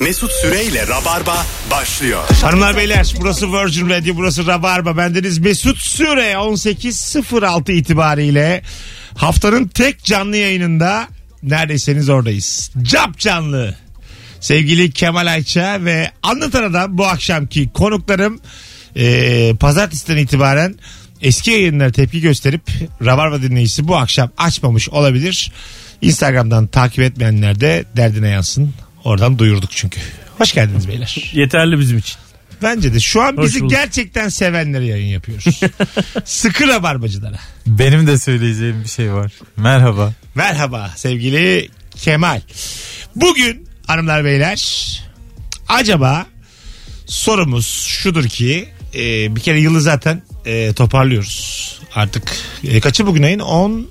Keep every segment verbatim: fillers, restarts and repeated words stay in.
Mesut Süreyle Rabarba başlıyor. Hanımlar beyler, burası Virgin Radio, burası Rabarba. Bendeniz Mesut Süre. On sekiz sıfır altı itibariyle haftanın tek canlı yayınında neredeyseniz oradayız. Cap canlı. Sevgili Kemal Ayça ve Anlatan Adam bu akşamki konuklarım. Ee, pazartesiden itibaren eski yayınlara tepki gösterip Rabarba dinleyicisi bu akşam açmamış olabilir. Instagram'dan takip etmeyenler de derdine yansın. Oradan duyurduk çünkü. Hoş geldiniz beyler. Yeterli bizim için. Bence de şu an Hoş bizi bulduk. gerçekten sevenlere yayın yapıyoruz. Sıkı Rabarbacılara. Benim de söyleyeceğim bir şey var. Merhaba. Merhaba sevgili Kemal. Bugün hanımlar beyler, acaba sorumuz şudur ki e, bir kere yılı zaten e, toparlıyoruz. Artık e, kaçı bugün ayın? on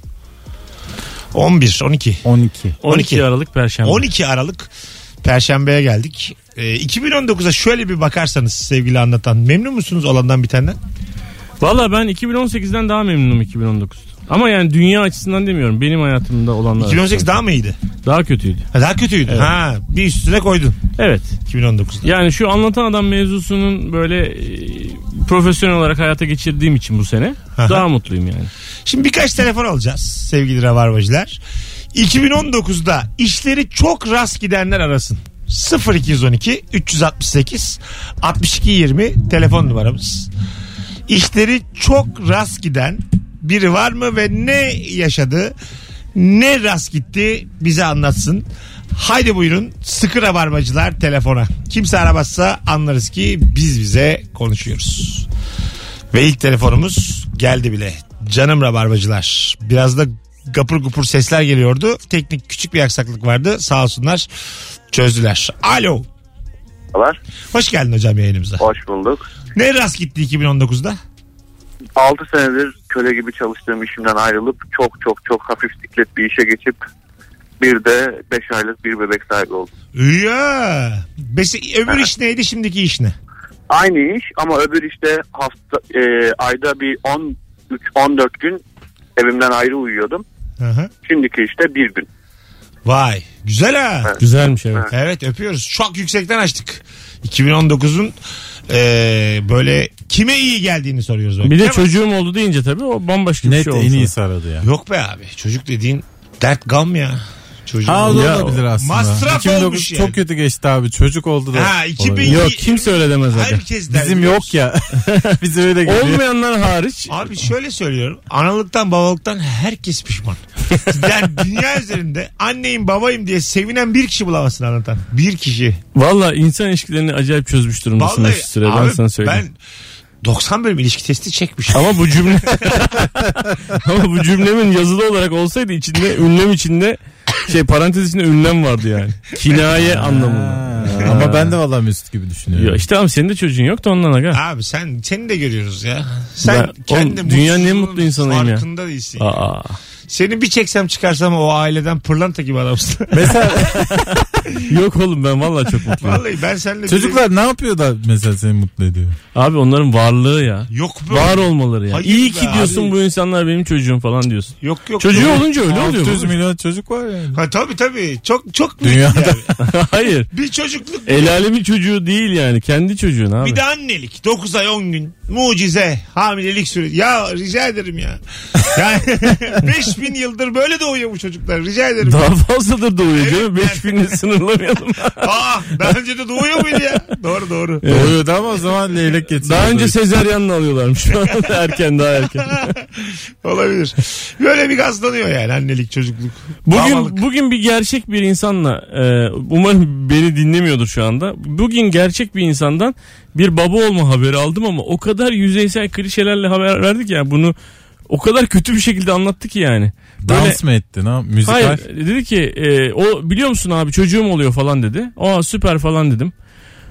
on bir on iki on iki on iki Aralık Perşembe. on iki Aralık Perşembe'ye geldik. E, iki bin on dokuza şöyle bir bakarsanız sevgili Anlatan, memnun musunuz olandan bitenden? Valla ben iki bin on sekizden daha memnunum iki bin on dokuzda. Ama yani dünya açısından demiyorum. Benim hayatımda olanlar. iki bin on sekiz daha mı iyiydi? Daha kötüydü. Ha, daha kötüydü. Evet. Ha, bir üstüne koydun. Evet. iki bin on dokuzda. Yani şu Anlatan Adam mevzusunun böyle e, profesyonel olarak hayata geçirdiğim için bu sene Aha. daha mutluyum yani. Şimdi birkaç telefon alacağız sevgili Rabarbacılar. iki bin on dokuzda işleri çok rast gidenler arasın. sıfır iki on iki üç altı sekiz altmış iki yirmi telefon numaramız. İşleri çok rast giden biri var mı ve ne yaşadı, ne rast gitti bize anlatsın. Haydi buyurun sıkı Rabarbacılar telefona. Kimse aramazsa anlarız ki biz bize konuşuyoruz. Ve ilk telefonumuz geldi bile. Canım Rabarbacılar. Biraz da gapur gupur sesler geliyordu. Teknik küçük bir aksaklık vardı. Sağ olsunlar çözdüler. Alo. Var. Hoş geldin hocam yayınımıza. Hoş bulduk. Ne rast gitti iki bin on dokuzda? altı senedir köle gibi çalıştığım işimden ayrılıp çok çok çok hafif siklet bir işe geçip bir de beş aylık bir bebek sahibi oldum. Ya. Besi, öbür iş neydi, şimdiki iş ne? Aynı iş ama öbür işte hafta e, ayda bir on üç on dört gün evimden ayrı uyuyordum. Hı-hı. Şimdiki işte bir gün. Vay güzel ha. Evet. Güzelmiş evet. Evet. Evet, öpüyoruz. Çok yüksekten açtık. iki bin on dokuzun e, böyle kime iyi geldiğini soruyoruz. Bir de Değil mi? çocuğum oldu deyince tabii o bambaşka bir Net şey en oldu. iyisi aradı ya. Yok be abi, çocuk dediğin dert gam ya. Çocuk Ha o da Ya, olabilir aslında. masraf iki bin dokuz olmuş yani. çok kötü geçti abi. Çocuk oldu da. Ha, iki bin olabilir. Yok kimse öyle demez zaten. Herkes der, Bizim biliyor yok musun? ya. Biz öyle geliyor. Olmayanlar hariç. Abi şöyle söylüyorum. Analıktan babalıktan herkes pişman. Yani dünya üzerinde anneyim babayım diye sevinen bir kişi bulamazsın Anlatan. Bir kişi. Valla insan ilişkilerini acayip çözmüş durumdasın Vallahi şu süre. Ben abi, sana söyleyeyim. ben doksan bölüm ilişki testi çekmiş. Ama bu cümle ama bu cümlemin yazılı olarak olsaydı içinde ünlem içinde şey parantez içinde ünlem vardı yani. Kinaye anlamında. Ha, ama ben de valla Mesut gibi düşünüyorum. Ya işte ama senin de çocuğun yok da ondan aga. Abi sen seni de görüyoruz ya. Sen Ben- kendi oğlum, dünyanın en mutsuzluğunun mutlu insanıyım ya. farkında değilsin. Aa. Seni bir çeksem çıkarsam o aileden pırlanta gibi adamsın. Mesela Yok oğlum ben vallahi çok mutluyum. Vallahi ben seninle... çocuklar ne yapıyor da mesela seni mutlu ediyor? Abi onların varlığı ya. Yok be. Var olmaları ya. Hayır İyi be ki diyorsun abi. bu insanlar benim çocuğum falan diyorsun. Yok yok. Çocuğu Yok. olunca öyle oluyor. altı yüz bu. milyon çocuk var yani. Ha, tabii tabii. Çok çok Dünyada. büyük yani. Hayır. Bir çocukluk. El alemin çocuğu değil yani. Kendi çocuğun abi. Bir de annelik. dokuz ay on gün. Mucize. Hamilelik süreci. Ya rica ederim ya. Yani beş bin yıldır böyle doğuyor bu çocuklar. Rica ederim. Daha fazladır doğuyor Evet, canım. beş binle sınırlamayalım. Aa, daha önce de doğuyor muydu ya? Doğru doğru. Doğuyordu ama o zaman leylek getiriyor. Daha önce sezaryenle alıyorlarmış. Erken daha erken. Olabilir. Böyle bir gazlanıyor yani annelik, çocukluk. Bugün babalık. bugün bir gerçek bir insanla e, umarım beni dinlemiyordur şu anda. Bugün gerçek bir insandan bir baba olma haberi aldım ama o kadar yüzeysel klişelerle haber verdik ya, bunu o kadar kötü bir şekilde anlattı ki yani. Böyle, dans mı ettin ha? Müzikal. hayır dedi ki e, o biliyor musun abi çocuğum oluyor falan dedi. Aa süper falan dedim.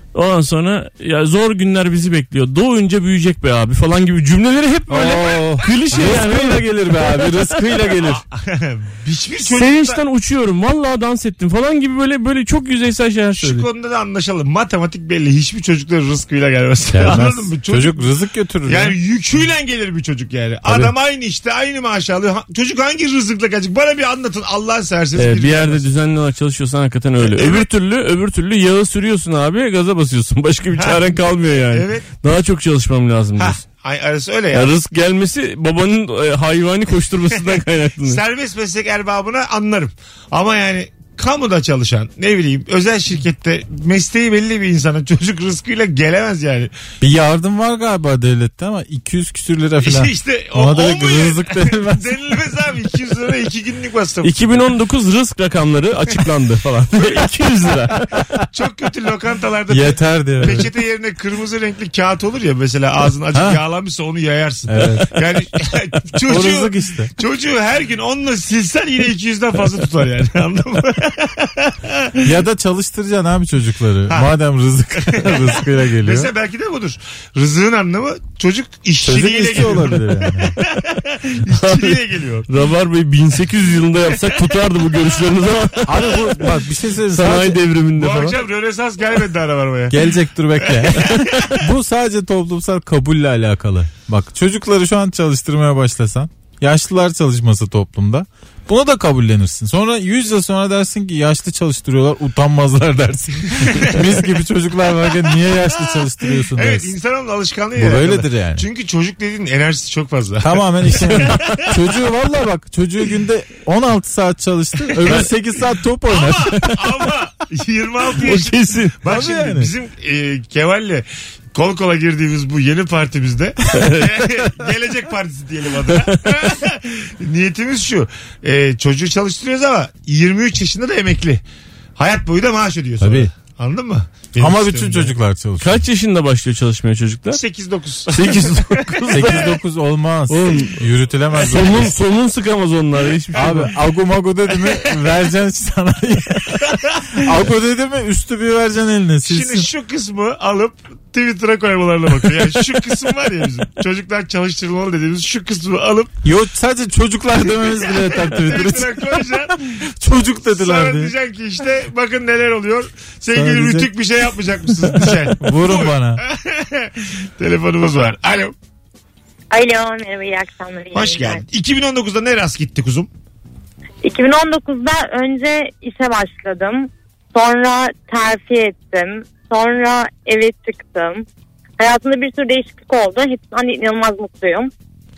Ondan sonra ya zor günler bizi bekliyor. Doğunca büyüyecek be abi falan gibi cümleleri hep böyle Oo. klişe yani. Rızkıyla gelir be abi, rızkıyla gelir. Hiçbir çocukta Sevinçten uçuyorum. Vallahi dans ettim falan gibi böyle böyle çok yüzeysel şeyler şu söylüyor. konuda da anlaşalım. Matematik belli. Hiçbir çocuklar rızkıyla gelmez. Gelmez. Anladın mı? Çocuk, çocuk rızık götürür. yani ya. yüküyle gelir bir çocuk yani. Adam aynı işte aynı maaş alıyor. Ha- Çocuk hangi rızıkla gelecek? Bana bir anlatın Allah'ın serseniz. Evet, bir yerde düzenli olarak çalışıyorsan hakikaten öyle. Evet. Öbür türlü öbür türlü yağı sürüyorsun abi, gaza basıyorsun. Başka bir çaren kalmıyor yani. Evet. Daha çok çalışmam lazım Ha, diyorsun. ay, arası öyle ya. Ya rızk gelmesi babanın e, hayvani koşturmasından kaynaklanıyor. Serbest meslek erbabına anlarım. Ama yani kamuda çalışan ne bileyim özel şirkette mesleği belli bir insana çocuk rızkıyla gelemez yani. Bir yardım var galiba devlette ama iki yüz küsür lira falan. işte o, Ona o da mu yani? rızık denilmez. Denilmez abi iki yüz lira iki günlük masraf. iki bin on dokuz rızk rakamları açıklandı falan. iki yüz lira. Çok kötü lokantalarda Yeter diyor. peçete yerine kırmızı renkli kağıt olur ya mesela ağzın açık Ha. yağlanmışsa onu yayarsın. Evet. Yani O çocuğu, rızık işte. çocuğu her gün onunla silsen yine iki yüzden fazla tutar yani anladın mı? Ya da çalıştıracaksın abi çocukları. Ha. Madem rızık rızkıyla geliyor. Mesela belki de budur. Rızığın anlamı çocuk Çocuk işçiliğiyle işçi geliyor. olabilir yani. İşçiliğiyle geliyor. Rabar Bey bin sekiz yüz yılında yapsak tutardı bu görüşleriniz ama Abi bu bak bir şey söyleyeyim. sanayi Sadece- devriminde Bu falan. akşam Rönesans gelmedi ara varmaya. Gelecek, dur bekle. Bu sadece toplumsal kabulle alakalı. Bak çocukları şu an çalıştırmaya başlasan, yaşlılar çalışması toplumda, bunu da kabullenirsin. Sonra yüz yıl sonra dersin ki yaşlı çalıştırıyorlar, utanmazlar dersin. Biz gibi çocuklar varken niye yaşlı çalıştırıyorsun Evet dersin. insanoğlunun alışkanlığı. Bu ya. böyledir yani. Çünkü çocuk dediğin enerjisi çok fazla. Tamamen işin. Çocuğu valla bak, çocuğu günde on altı saat çalıştır, öbür sekiz saat top oynar. Ama yirmi altı O yaş. kesin. Bak Tabii şimdi yani. bizim e, Kemal'le kol kola girdiğimiz bu yeni partimizde Gelecek Partisi diyelim adına. Niyetimiz şu. E, çocuğu çalıştırıyoruz ama yirmi üç yaşında da emekli. Hayat boyu da maaş ödüyor sonra. Tabii. Anladın mı? Benim Ama bütün sistemimde. çocuklar çalışıyor. Kaç yaşında başlıyor çalışmaya çocuklar? sekiz dokuz. sekiz sekiz dokuz olmaz. Oğlum, Yürütülemez. Somun, somun sıkamaz onlar. Hiçbir şey Abi yok. agu magu dedi mi vereceksin sana. Agu dedi mi üstü bir vereceksin eline. Silsin. Şimdi şu kısmı alıp Twitter'a koymalarına bakıyor. Yani şu kısım var ya bizim. Çocuklar çalıştırılmalı dediğimiz şu kısmı alıp Yok sadece çocuklar dememiz bile yeter Twitter'a. Twitter'a koyacaksın. Çocuk dediler Sonra diye. diyeceksin ki işte bakın neler oluyor. Sonra Sevgili diyecek- Rütük bir şey yapmayacak mısınız? Diyeceksin. Vurun bana. Telefonumuz var. Alo. Alo merhaba iyi akşamlar. iyi Hoş yayınlar. geldin. iki bin on dokuzda ne rast gitti kuzum? iki bin on dokuzda önce işe başladım. Sonra terfi ettim. Sonra eve çıktım. Hayatımda bir sürü değişiklik oldu. Hepsinden inanılmaz mutluyum.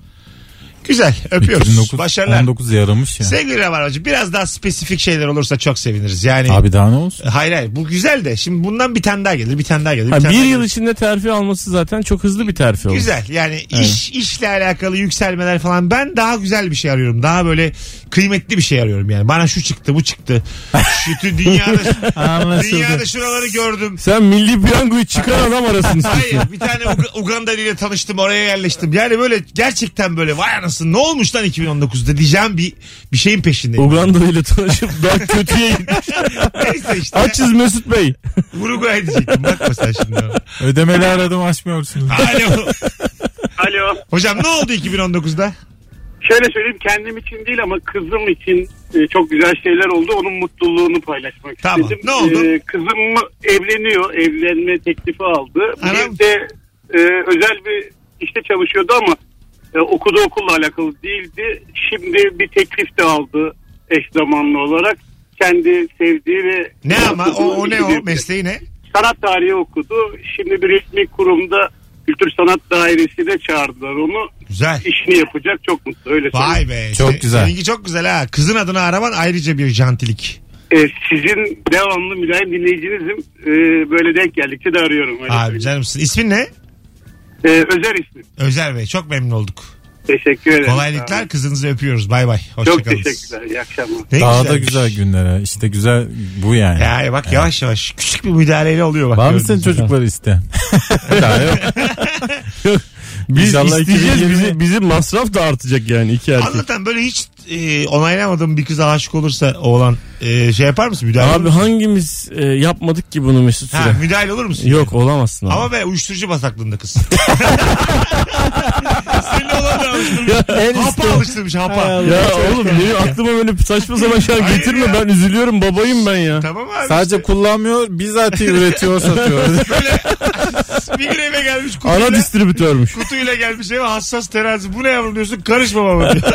Güzel. Öpüyoruz. iki bin dokuz, Başarılar. on dokuz yaramış ya. Sevgili Rabarbacı biraz daha spesifik şeyler olursa çok seviniriz. Yani Abi daha ne olsun? hayır hayır bu güzel de şimdi bundan bir tane daha gelir bir tane daha gelir. Ha, tane bir daha yıl gelir. içinde terfi alması zaten çok hızlı bir terfi oldu. Güzel yani iş işle alakalı yükselmeler falan ben daha güzel bir şey arıyorum. Daha böyle kıymetli bir şey arıyorum yani. Bana şu çıktı bu çıktı. Şu dünyada Anlaşıldı. dünyada şuraları gördüm. Sen milli piyangoyu çıkan adam arasın istiyorsun. Hayır bir tane Ug- Uganda ile tanıştım oraya yerleştim. Yani böyle gerçekten böyle vay anasını ne olmuş lan iki bin on dokuzda diyeceğim bir bir şeyin peşindeyim. Uganda ile tanışıp daha kötüye gitmiş. Neyse işte. Açız Mesut Bey. Uruguay diyecektim bakma sen şimdi. Ödemeli aradım açmıyorsunuz. Alo. Alo. Hocam ne oldu iki bin on dokuzda? Şöyle söyleyeyim kendim için değil ama kızım için e, çok güzel şeyler oldu. Onun mutluluğunu paylaşmak Tamam, istedim. ne oldu? E, kızım evleniyor. Evlenme teklifi aldı. Anam. Bir de e, özel bir işte çalışıyordu ama e, okuduğu okulla alakalı değildi. Şimdi bir teklif de aldı eş zamanlı olarak. Kendi sevdiği ve... Ne ama o, o ne o mesleği ne? Sanat tarihi okudu. Şimdi bir resmi kurumda Kültür Sanat Dairesi'ne çağırdılar onu. Güzel. İşini yapacak, çok mutlu, öyle söyleyeyim. Vay be. Çok Senin- güzel. Seninki çok güzel ha. Kızın adını araman ayrıca bir jantilik. Ee, sizin devamlı mülayim dinleyicinizim. Ee, böyle denk geldikçe de arıyorum. Öyle Abi söyleyeyim. canımsın. İsmin ne? Ee, Özer ismi. Özer Bey. Çok memnun olduk. Teşekkür ederim. Kolaylıklar. Kızınızı öpüyoruz. Bay bay. Çok Hoşçakalın. teşekkürler. İyi akşamlar. Ne Daha da güzelmiş. güzel günlere. İşte güzel bu yani. Ya bak yavaş yavaş küçük bir müdahaleyle oluyor bak. Var mı gördüğünüz senin gibi. çocukları iste? Daha yok. Biz İnşallah isteyeceğiz, iki bin yirmi bizi, bizim masraf da artacak yani iki erkek. Anlatan böyle hiç e, onaylamadığın bir kıza aşık olursa oğlan e, şey yapar mısın? Müdahale Abi olur musun? hangimiz e, yapmadık ki bunu Mesut Ha, Süre? müdahale olur musun? Yok olamazsın abi. Ama be uyuşturucu basaklığında kız. Senin olan da alıştırmış. Hapa alıştırmış hapa. Ya oğlum benim aklıma böyle saçma sapan şeyler Hayır getirme, ya. ben üzülüyorum, babayım ben ya. Tamam abi. Sadece işte. kullanmıyor, bizatihi üretiyor, satıyor. Böyle bir gün eve gelmiş kutuyla. Ana distribütörmüş. Kutuyla gelmiş eve, hassas terazi. Bu ne yavrum diyorsun, karışma baba diyor.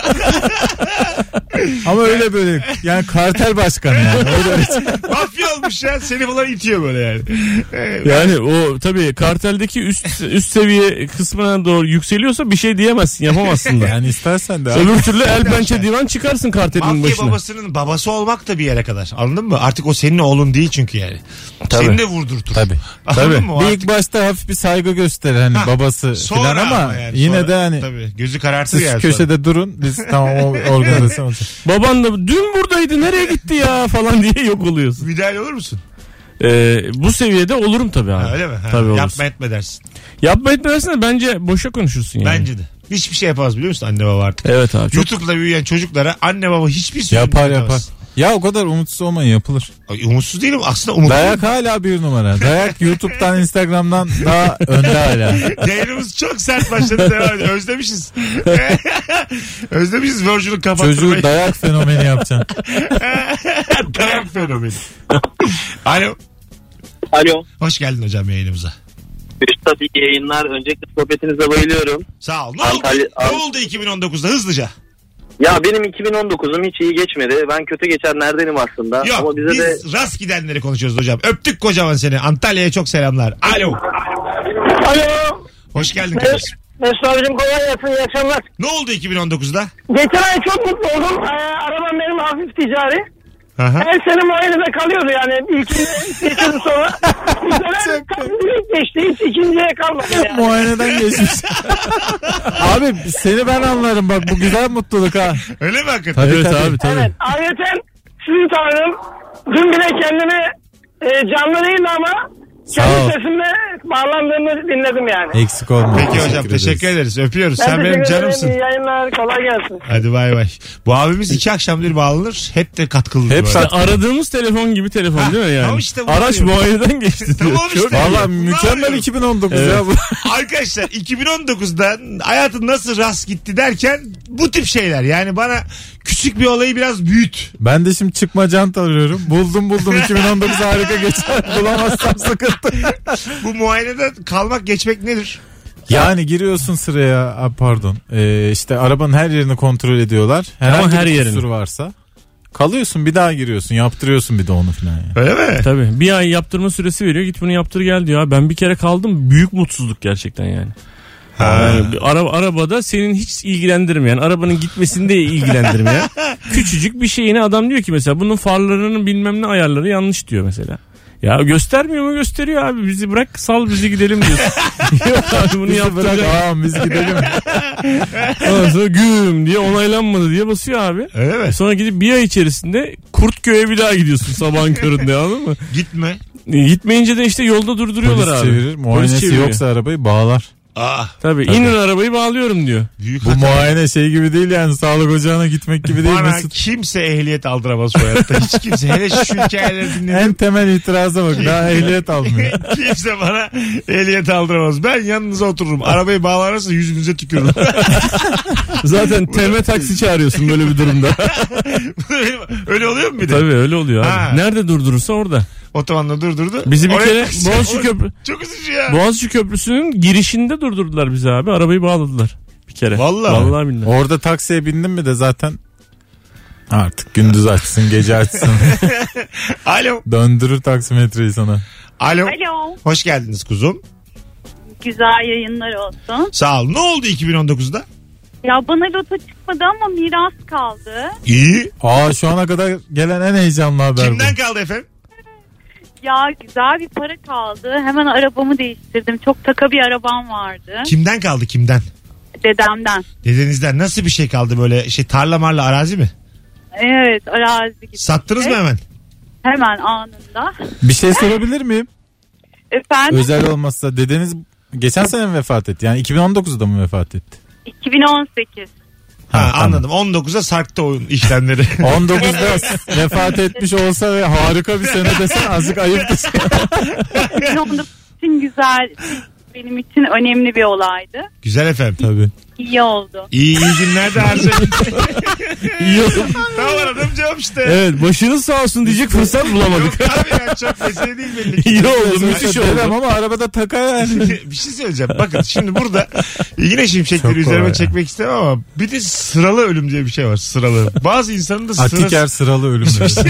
Ama öyle böyle yani kartel başkanı yani. Öyle Mafya olmuş ya, seni falan itiyor böyle yani. Ee, Yani o tabii karteldeki üst üst seviye kısmına doğru yükseliyorsa bir şey diyemezsin, yapamazsın da. yani istersen de. Öbür türlü el pençe divan çıkarsın kartelin Mafya başına. babasının babası olmak da bir yere kadar. Anladın mı? Artık o senin oğlun değil çünkü yani. Tabii. Seni de vurdurtur. Tabii. Anladın Tabii. mı? O Bir artık ilk başta hafif bir saygı gösterir hani Ha, babası sonra filan ama yani, yine sonra- de hani tabii, gözü karartır siz yani. köşede sonra. durun, biz tamam o organizasyon olacak. Baban da dün buradaydı, nereye gitti ya falan diye yok oluyorsun. Müdahale olur musun? Ee, bu seviyede olurum tabii abi. Ha, öyle mi? Ha, Tabii olursun. yapma etme dersin. Yapma etmezsin de bence boşa konuşursun yani. Bence de. Hiçbir şey yapamaz biliyor musun anne baba artık? Evet abi. Çok YouTube'da büyüyen çocuklara anne baba hiçbir sözünü Yapar yapar. dinlemez. Ya o kadar umutsuz olmayın, yapılır. Ay, umutsuz değilim aslında, umutluyum. Dayak hala bir numara. Dayak YouTube'dan, Instagram'dan daha önde hala. Yayınımız çok sert başladı, devam ediyor. Özlemişiz. Özlemişiz Virgin'u kapattırmayı. Çocuğu dayak fenomeni yapacaksın. Dayak fenomeni. Alo. Alo. Hoş geldin hocam yayınımıza. Üstad iyi yayınlar. Öncelikle sohbetinize bayılıyorum. Sağ ol. Ne oldu, Antalya- ne oldu iki bin on dokuzda hızlıca? Ya benim iki bin on dokuzum hiç iyi geçmedi. Ben kötü geçenlerdenim aslında. Yok, Ama bize biz de... rast gidenleri konuşuyoruz hocam. Öptük kocaman seni. Antalya'ya çok selamlar. Alo. Alo. Hoş geldin kardeşim. Mesut abicim kolay gelsin, iyi akşamlar. Ne oldu iki bin on dokuzda? Geçen ay çok mutlu oldum. Ee, arabam benim hafif ticari. Aha. Her sene muayenede kalıyordu yani. İlkini geçirdim sonra. Bu sene tam direkt geçti. Hiç ikinciye kalmadı yani. Muayeneden geçmiş. Abi seni ben anlarım bak, bu güzel mutluluk ha. Öyle mi hakikaten? Evet tabii. abi tabii. Evet. Ayrıca sizi tanıdım. Dün bile kendimi e, canlı değil ama Sağ ol. kendi sesimle bağlandığımı dinledim yani. Eksik olma. Peki hocam teşekkür ederiz. Öpüyoruz. Sen benim teşekkür ederim. canımsın. İyi yayınlar. Kolay gelsin. Hadi bay bay. Bu abimiz iki akşamdır bağlanır. Hep de katkılıdır. Hep böyle. işte aradığımız telefon gibi telefon Ha, değil mi yani? tamam işte bu Araç oluyor. muayeneden geçti. Tamam diyor. işte. Çok- Valla Bunu mükemmel arıyorum. iki bin on dokuz Evet. ya bu. Arkadaşlar iki bin on dokuzda hayatın nasıl rast gitti derken bu tip şeyler. Yani bana küçük bir olayı biraz büyüt. Ben de şimdi çıkma jant arıyorum. Buldum buldum iki bin on dokuz harika geçer. Bulamazsam sıkıntı. Bu muayenede kalmak geçmek nedir? Yani giriyorsun sıraya, a, pardon ee, işte arabanın her yerini kontrol ediyorlar. Herhangi her bir yerini. kusuru varsa kalıyorsun, bir daha giriyorsun, yaptırıyorsun bir de onu filan yani. Öyle mi? Tabii bir ay yaptırma süresi veriyor, git bunu yaptır gel diyor. Ben bir kere kaldım, büyük mutsuzluk gerçekten yani. Yani bir ara, arabada senin hiç ilgilendirmeyen, arabanın gitmesini de ilgilendirmeyen küçücük bir şeyini adam diyor ki mesela bunun farlarının bilmem ne ayarları yanlış diyor mesela. Ya göstermiyor mu? Gösteriyor abi. Bizi bırak, sal bizi gidelim diyorsun. Yok abi bunu Bizi bırak, yaptıracak. aa biz gidelim. Ondan sonra güm diye onaylanmadı diye basıyor abi. Öyle mi? Sonra gidip bir ay içerisinde Kurtköy'e bir daha gidiyorsun sabahın köründe, anladın mı? Gitme. Gitmeyince de işte yolda durduruyorlar Polis abi. çevirir, Polis muayenesi çeviriyor. yoksa arabayı bağlar. Aa, Tabii, inin arabayı bağlıyorum diyor. büyük Bu hata. muayene şey gibi değil yani, sağlık ocağına gitmek gibi değil. Bana Mesut. kimse ehliyet aldıramaz bu hayatta. Hiç kimse. Hele şu hikayeleri dinledim. En temel itiraza bak, daha ehliyet almıyor. Kimse bana ehliyet aldıramaz. Ben yanınıza otururum. Arabayı bağlanırsa yüzünüze tükürürüm. Zaten teme taksi çağırıyorsun böyle bir durumda. Öyle oluyor mu bir de? Tabii öyle oluyor abi. Ha. Nerede durdurursa orada. Otobanda durdurdu. Bizi bir Oraya kere taksi- Boğaziçi Köprü Çok üzücü ya. Boğaziçi Köprüsü'nün girişinde durdurdular bizi abi. Arabayı bağladılar bir kere. Vallahi. Vallahi billahi. Orada taksiye bindin mi de zaten artık gündüz açsın, gece açsın. Alo. Döndürür taksimetreyi sana. Alo. Alo. Hoş geldiniz kuzum. Güzel yayınlar olsun. Sağ ol. Ne oldu iki bin on dokuzda? Ya bana loto çıkmadı ama miras kaldı. İyi. Aa şu ana kadar gelen en heyecanlı haber Kimden bu. kaldı efendim? Ya güzel bir para kaldı. Hemen arabamı değiştirdim. Çok taka bir arabam vardı. Kimden kaldı kimden? Dedemden. Dedenizden nasıl bir şey kaldı, böyle şey tarla marla arazi mi? Evet, arazi gibi. Sattınız mı hemen? Hemen anında. Bir şey sorabilir miyim? Efendim? Özel olmazsa dedeniz geçen sene mi vefat etti? Yani iki bin on dokuzda mı vefat etti? iki bin on sekiz. Ha, Ha, tamam. anladım. on dokuza sarktı oyun işlemleri. on dokuzda vefat etmiş olsa ve harika bir sene desen azıcık ayıptır. iki bin on dokuz için güzel, benim için önemli bir olaydı. Güzel efendim. Tabii. İyi oldu. İyi, iyi günler de her şey. İyi oldu. Tamam aradığım cevap işte. Evet, başınız sağ olsun diyecek fırsat bulamadık. Yok abi ya, çok mesele değil belli ki. İyi oldu, müthiş oldu. Dedem ama arabada taka yani. Bir şey söyleyeceğim. Bakın şimdi burada yine şimşekleri Çok üzerime kolay çekmek istemem ama bir de sıralı ölüm diye bir şey var. Sıralı. Bazı insanın da sırası. Atiker sıralı ölümleri.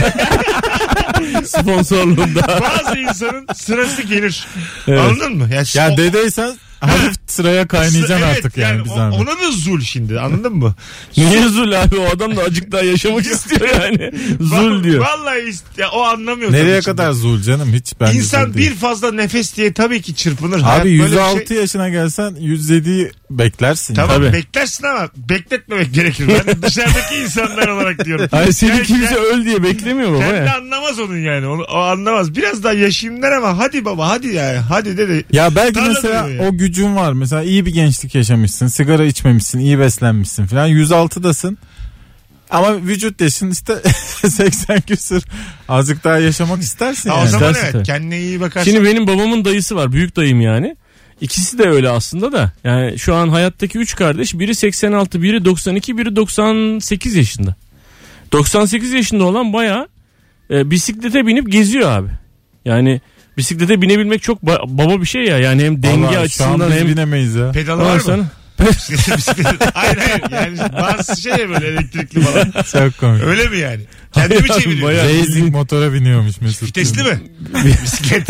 Sponsorluğunda. Bazı insanın sırası gelir. Evet. Anladın mı? Yani Ya o- dedeysen hafif sıraya kaynayacaksın Evet, artık yani, bir o- zahmet. Ona da zul şimdi, anladın mı? Niye zul abi, o adam da acık daha yaşamak istiyor yani. Zul diyor. Vallahi ist- ya, o anlamıyor. Nereye tabii kadar şimdi. zul canım, hiç bence İnsan zul değil. bir fazla nefes diye tabii ki çırpınır. Hayat Abi böyle yüz bir altı şey- yaşına gelsen yüz yediyi beklersin. Tamam Tabii. beklersin ama bekletmemek gerekir. Ben dışarıdaki insanlar olarak diyorum. Hayır, seni Yani kimse kend- öl diye beklemiyor baba Kendi ya. anlamaz onun yani. Onu, o anlamaz. Biraz daha yaşayayım der ama hadi baba hadi yani. Hadi dedi. Ya belki Tarla mesela duruyor yani. o gücün var. Mesela iyi bir gençlik yaşamışsın. Sigara içmemişsin. İyi beslenmişsin falan. yüz altıdasın. Ama vücut yaşın işte seksen küsür. Azıcık daha yaşamak istersin Ha, o yani. zaman İstersin evet. tabii. Kendine iyi bakarsın. Şimdi benim babamın dayısı var, büyük dayım yani. İkisi de öyle aslında da. Yani şu an hayattaki üç kardeş, biri seksen altı, biri doksan iki, biri doksan sekiz yaşında. doksan sekiz yaşında olan bayağı e, bisiklete binip geziyor abi. Yani bisiklete binebilmek çok ba- baba bir şey ya. Yani hem denge Vallahi şu an açısından biz hem... binemeyiz ya. Pedalı Ondan var sonra- mı? Bisiklet- hayır hayır. Yani bazı şey böyle elektrikli falan. Çok komik. Öyle mi yani? Kendimi çeviriyor. Bayağı- Racing motora biniyormuş Mesut. Vitesli mi? Bisiklet.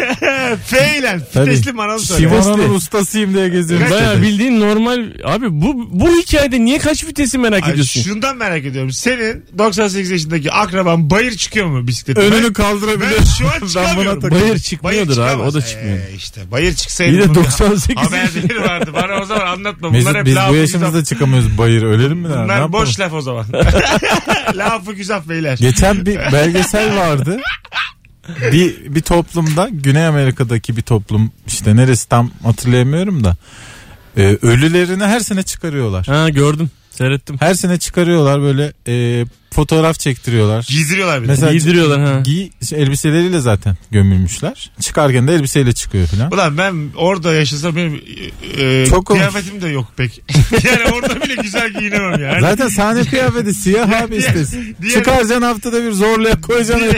F ile. Tabii. Vitesli mi ananı söyle. Shimano'nun ustasıyım diye geziyorum. Bayağı bildiğin normal abi, bu bu hikayede niye kaç vitesi merak Ay, ediyorsun? şundan merak ediyorum. Senin doksan sekiz yaşındaki akraban bayır çıkıyor mu bisiklete? Önünü Ben- kaldırabilir. Ben şu an çıkamıyorum. takıldım. Bayır çıkmıyordur abi, o da çıkamaz. çıkmıyor. Ee, işte bayır çıksaydı. Bir de bunu- doksan sekiz Haberleri vardı. Bana o zaman anlatma. Bunlar Mesut hep biz lafı bu güzel. yaşımızda çıkamıyoruz bayır, ölelim mi? lan? Ne Bunlar yapalım? boş laf o zaman. Lafı güzel beyler. Geçen bir belgesel vardı. Bir bir toplumda, Güney Amerika'daki bir toplum, işte neresi tam hatırlayamıyorum da, e, ölülerini her sene çıkarıyorlar. Ha, gördüm, seyrettim. Her sene çıkarıyorlar, böyle e, fotoğraf çektiriyorlar. Giydiriyorlar bir de. Mesela Giydiriyorlar ha. Giy, elbiseleriyle zaten gömülmüşler. Çıkarken de elbiseyle çıkıyor falan. Ulan ben orada yaşasam benim e, Çok komik. kıyafetim de yok pek. Yani orada bile güzel giyinemem yani. Zaten sahne kıyafeti siyah abi istesin. diğer- Çıkaracaksın haftada bir, zorlaya koyacaksın.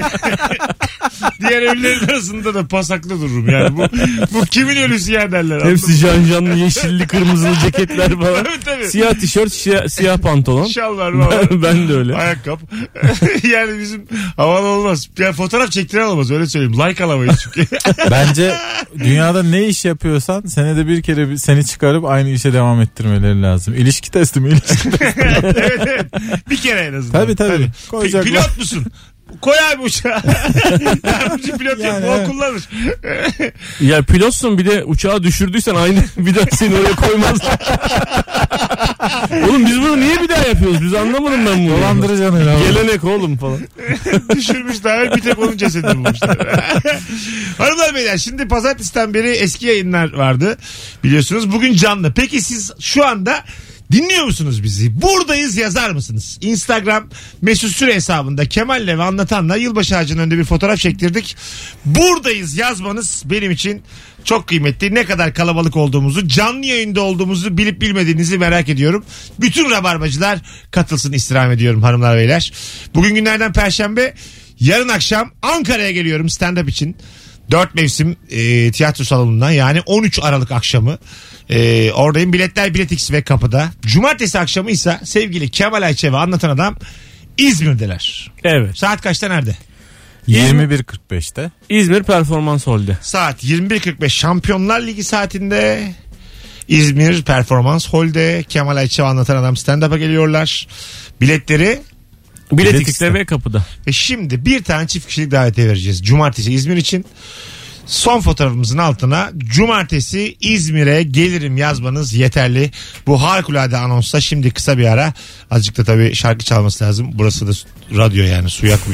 Diğer evlerin arasında da pasaklı dururum yani. Bu, bu kimin ölüsü ya derler. Hepsi janjanlı, yeşilli, kırmızılı ceketler falan. Tabii, tabii. Siyah tişört, siyah, siyah pantolon. Şal var var. Ben, ben de öyle. Ayakkabı. Yani bizim havalı olmaz. Yani fotoğraf çektiren olmaz, öyle söyleyeyim. Like alamayız çünkü. Bence dünyada ne iş yapıyorsan senede bir kere bir- seni çıkarıp aynı işe devam ettirmeleri lazım. İlişki testi mi? İlişki testi. Evet evet. Bir kere en azından. Tabii, tabii. Pi- Koyacaklar. Pilot musun? Koy abi uçağa. Yardımcı pilot Yani, yok. O evet. kullanır. Ya pilotsun, bir de uçağı düşürdüysen aynı bir daha seni oraya koymazlar. Oğlum biz bunu niye bir daha yapıyoruz? Biz anlamadım ben bunu. Dolandıracaksın öyle. Gelenek oğlum falan. Düşürmüşler. Bir tek onun cesedini bulmuşlar. Hanımlar beyler, şimdi pazartesiden beri eski yayınlar vardı. Biliyorsunuz bugün canlı. Peki siz şu anda dinliyor musunuz bizi? Buradayız yazar mısınız? Instagram Mesut Süre hesabında Kemal'le ve Anlatan'la yılbaşı ağacının önünde bir fotoğraf çektirdik. Buradayız yazmanız benim için çok kıymetli. Ne kadar kalabalık olduğumuzu, canlı yayında olduğumuzu bilip bilmediğinizi merak ediyorum. Bütün rabarbacılar katılsın istirham ediyorum hanımlar beyler. Bugün günlerden Perşembe. Yarın akşam Ankara'ya geliyorum stand-up için. Dört mevsim e, tiyatro salonundan, yani on üç Aralık akşamı. E, oradayım. Biletler Biletix ve kapıda. Cumartesi akşamı ise sevgili Kemal Ayçe ve Anlatan Adam İzmir'deler. Evet. Saat kaçta, nerede? yirmi bir kırk beşte. İzmir Performans Hall'de. Saat yirmi bir kırk beş Şampiyonlar Ligi saatinde İzmir Performans Hall'de Kemal Ayçe ve Anlatan Adam stand-up'a geliyorlar. Biletleri Biletix'te ve kapıda. ve şimdi bir tane çift kişilik davetiye vereceğiz. Cumartesi İzmir için. Son fotoğrafımızın altına cumartesi İzmir'e gelirim yazmanız yeterli. Bu harikulade anonsla şimdi kısa bir ara. Azıcık da tabii şarkı çalması lazım. Burası da radyo, yani su yakmıyor.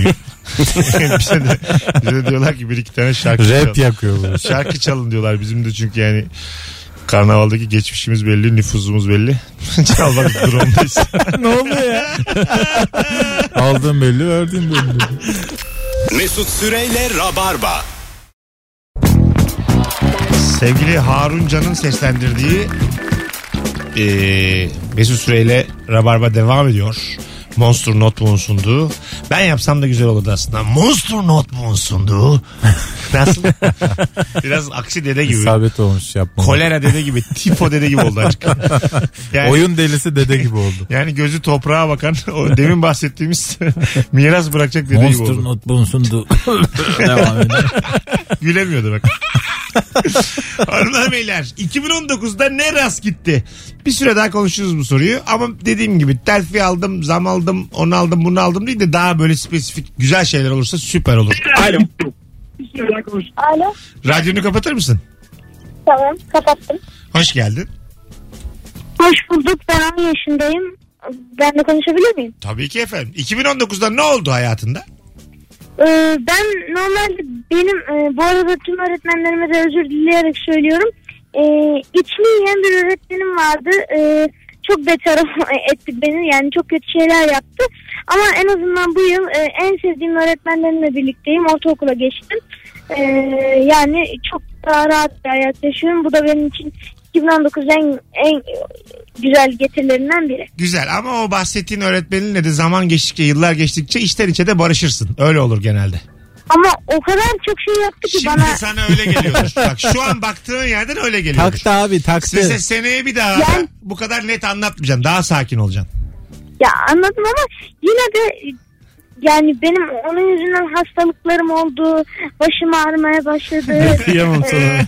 bize, de, bize de diyorlar ki bir iki tane şarkı Rap çalın. yakıyor bu. Şarkı çalın diyorlar. Bizim de çünkü yani karnavaldaki geçmişimiz belli, nüfuzumuz belli. Çalmak durumundayız. Ne oluyor ya? Aldığın belli, verdiğin belli. Mesut Süreyle Rabarba. Sevgili Harun Can'ın seslendirdiği e, Mesut Süreyle Rabarba devam ediyor. Monster Notebook'un sunduğu. Ben yapsam da güzel olurdu aslında. Monster Notebook'un sunduğu. Nasıl? Biraz aksi dede gibi. İsabet olmuş yapma. Kolera dede gibi. Tipo dede gibi oldu açık. Yani, Oyun delisi dede gibi oldu. yani gözü toprağa bakan o demin bahsettiğimiz miras bırakacak dede gibi Monster oldu. Notebook'un sunduğu. Devam edelim. Gülemiyordu bak. Hanımlar beyler iki bin on dokuzda ne rast gitti? Bir süre daha konuşuruz bu soruyu. Ama dediğim gibi terfi aldım, zam aldım, onu aldım, bunu aldım değil de daha böyle spesifik güzel şeyler olursa süper olur. Alo. Alo. Radyonu kapatır mısın? Tamam, kapattım. Hoş geldin. Hoş bulduk. Ben on yaşındayım. Ben de konuşabilir miyim? Tabii ki efendim. iki bin on dokuzda ne oldu hayatında? Ee, ben normalde benim e, bu arada tüm öğretmenlerime de özür dileyerek söylüyorum. E, içli yiyen bir öğretmenim vardı. E, çok beter etti beni. Yani çok kötü şeyler yaptı. Ama en azından bu yıl e, en sevdiğim öğretmenlerimle birlikteyim. Ortaokula geçtim. E, yani çok daha rahat bir hayat yaşıyorum. Bu da benim için iki bin on dokuz en, en güzel getirilerinden biri. Güzel ama o bahsettiğin öğretmeninle de zaman geçtikçe, yıllar geçtikçe içten içe de barışırsın. Öyle olur genelde. Ama o kadar çok şey yaptı ki Şimdi bana. sana öyle geliyordur. Bak şu an baktığın yerden öyle geliyordur. Taktı abi taktı. Size seneye bir daha Yani- bu kadar net anlatmayacaksın. Daha sakin olacaksın. Ya anladım ama yine de yani benim onun yüzünden hastalıklarım oldu. Başım ağrımaya başladı. Kıyamam sana.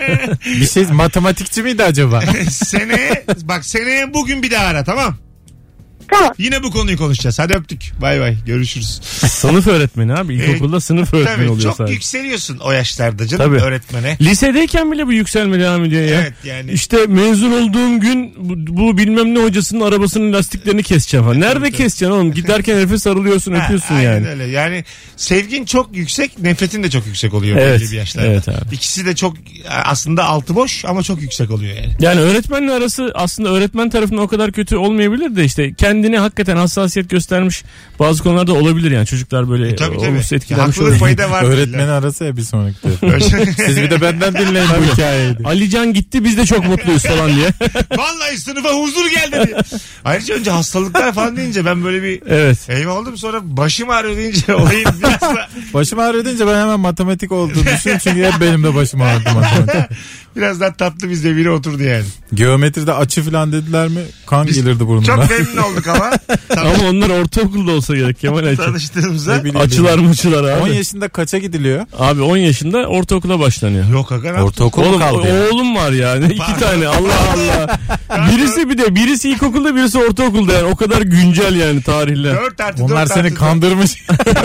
Bir şey matematikçi miydi acaba? seneye bak seneye bugün bir daha ara tamam. Tamam. Yine bu konuyu konuşacağız. Hadi öptük. Bay bay. Görüşürüz. Sınıf öğretmeni abi. İlkokulda sınıf öğretmeni Tabii oluyor çok sadece. yükseliyorsun o yaşlarda canım Tabii. öğretmene. Lisedeyken bile bu yükselme devam ediyor ya. Evet yani. İşte mezun olduğum gün bu, bu bilmem ne hocasının arabasının lastiklerini keseceğim falan. Nerede keseceksin oğlum? Giderken herife sarılıyorsun, Ha, öpüyorsun aynen yani. öyle. Yani sevgin çok yüksek, nefretin de çok yüksek oluyor Evet, belli bir yaşlarda. evet abi. İkisi de çok aslında altı boş ama çok yüksek oluyor yani. Yani öğretmenle arası aslında öğretmen tarafından o kadar kötü olmayabilir de işte kendine hakikaten hassasiyet göstermiş bazı konularda olabilir yani çocuklar böyle E, tabii, tabii. olumsuz etkilenmiş Haklılık olabilir. payı da var. Öğretmeni arası ya bir sonraki. Siz bir de benden dinleyin bu hikayeyi. Alican gitti biz de çok mutluyuz falan diye. Vallahi sınıfa huzur geldi diye. Ayrıca önce hastalıklar falan deyince ben böyle bir Evet. eyvah oldum, sonra başım ağrıyor deyince olayım biraz da, Başım ağrıyor deyince ben hemen matematik olduğunu düşünüyorum. Çünkü hep benim de başım ağrıdı matematik. biraz daha tatlı bir zevire oturdu yani. Geometride açı falan dediler mi kan gelirdi burnumdan. Çok memnun olduk ama. Ama onlar ortaokulda olsa gerek Kemal Ayça. Tanıştığımıza. Ne bileyim. Açılar mıçılar abi. on yaşında kaça gidiliyor? Abi on yaşında ortaokula başlanıyor. Yok Hakan abi. Ortaokul mu Oğlum kaldı o- ya? oğlum var yani iki Pardon. tane Allah Allah. Birisi bir de birisi ilkokulda birisi ortaokulda yani o kadar güncel yani tarihler. dört artı Onlar dört seni artı kandırmış.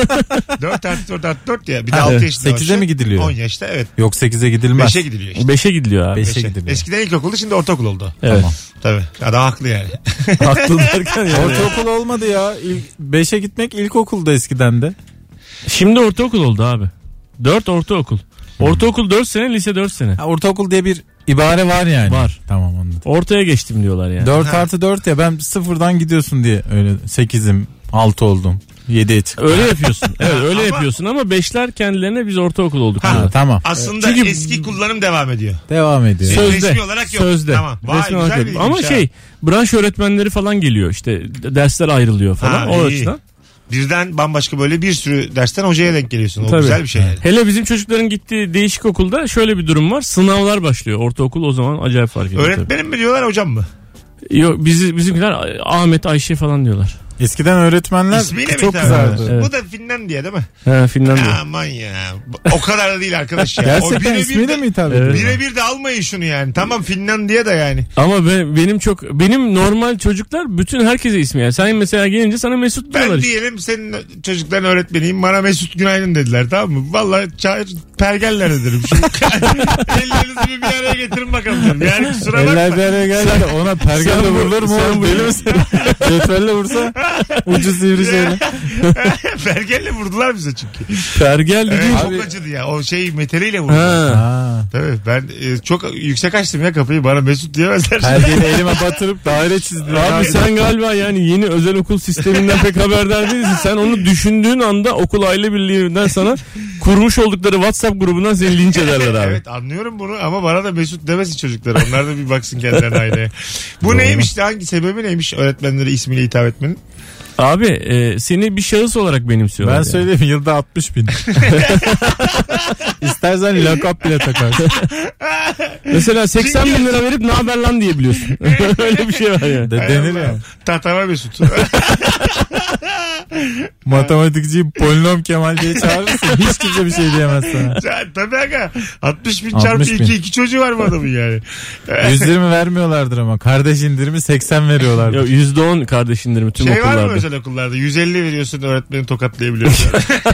dört artı dört artı dört ya. Bir de Ha, altı evet. yaşında sekize başlıyor. mi gidiliyor? on yaşta evet. Yok sekize gidilmez. beşe gidiliyor işte. Beşe gidiliyor abi. Beşe Beşe. gidiliyor. Eskiden ilkokuldu, şimdi ortaokul oldu. Evet. Tamam. Tabii. Adam haklı yani. Haklı derken yani. Ortaokul olmadı ya. İlk, beşe gitmek ilkokulda eskiden de. Şimdi ortaokul oldu abi. Dört ortaokul. Ortaokul dört sene, lise dört sene. Ha, ortaokul diye bir ibare var yani. Var. Tamam anladım. Ortaya geçtim diyorlar yani. dört artı dört ya, ben sıfırdan gidiyorsun diye öyle sekizim altı oldum. yediye çıktım. Öyle yapıyorsun. Evet öyle Ama- yapıyorsun ama beşler kendilerine biz ortaokul olduk. Ha, diyorlar. Tamam. Aslında Çünkü- eski kullanım devam ediyor. Devam ediyor. Söz- Sözde. resmi olarak yok. Sözde. Tamam. Vay, Resmi olarak güzel yok. bilgiymiş Ama ha. şey branş öğretmenleri falan geliyor işte dersler ayrılıyor falan Ha, o iyi. açıdan. Birden bambaşka böyle bir sürü dersten hocaya denk geliyorsun. O Tabii. güzel bir şey yani. Hele bizim çocukların gittiği değişik okulda şöyle bir durum var. Sınavlar başlıyor. Ortaokul o zaman acayip fark ediyor. Öğretmenim mi diyorlar, hocam mı? tabii. Yok bizi bizimkiler Ahmet Ayşe falan diyorlar. Eskiden öğretmenler İsmiyle mi çok hitap güzeldi. ediyorlar? Evet. Bu da Finlandiya değil mi? He Finlandiya. Aman ya. O kadar da değil arkadaş ya. O Gerçekten birebir ismiyle de- mi hitap Evet. ediyor? Birebir de almayın şunu yani. Tamam Finlandiya da yani. Ama be- benim çok benim normal çocuklar bütün herkese ismi yani. Sen mesela gelince sana Mesut diyorlar Ben işte. diyelim senin çocukların öğretmeniyim. Bana Mesut günaydın dediler, tamam mı? Vallahi çağır pergeller derim. Şu ellerinizi bir, bir araya getirin bakalım derim. Yani kusura bakma. Eller bir araya geldi de ona pergelle sen bu- vurulur mu? sen bu- Deli misin? Cetvelle vursa. Ucu sivri şeyle. Pergelle vurdular bize çünkü. Pergel dediğin Evet, abi. çok acıdı ya. O şey metaliyle vurdular. Ha. Ha. Tabii ben e, çok yüksek açtım ya kapıyı. Bana Mesut diyemezler. Pergeli elime batırıp daire çizdiler. Abi Abi sen galiba yani yeni özel okul sisteminden pek haberdar değilsin. Sen onu düşündüğün anda okul aile birliğinden sana kurmuş oldukları WhatsApp grubundan seni linç ederler abi. Evet anlıyorum bunu ama bana da Mesut demesin çocuklar. Onlar da bir baksın kendilerine aynaya. Bu Doğru. neymiş? Hangi sebebi neymiş öğretmenlere ismiyle hitap etmenin? Abi e, seni bir şahıs olarak benimsiyorlar. ben yani. söyleyeyim yılda altmış bin. İstersen lakap bile takarsın. Mesela seksen bin lira verip ne haber lan diyebiliyorsun. Öyle bir şey var yani. De denir ya. Tatava Mesut. Matematikçi Polinom Kemal diye çağırırsın. Hiç kimse bir şey diyemez sana. Ya, tabii aga. altmış bin altmış çarpı bin. iki. iki çocuğu var bu adamın yani. yüz yirmi vermiyorlardır ama. Kardeş indirimi seksen veriyorlardır. Yok yüzde on kardeş indirimi tüm Şey var mı okullarda. özel okullarda? yüz elli veriyorsun öğretmeni tokatlayabiliyorsun.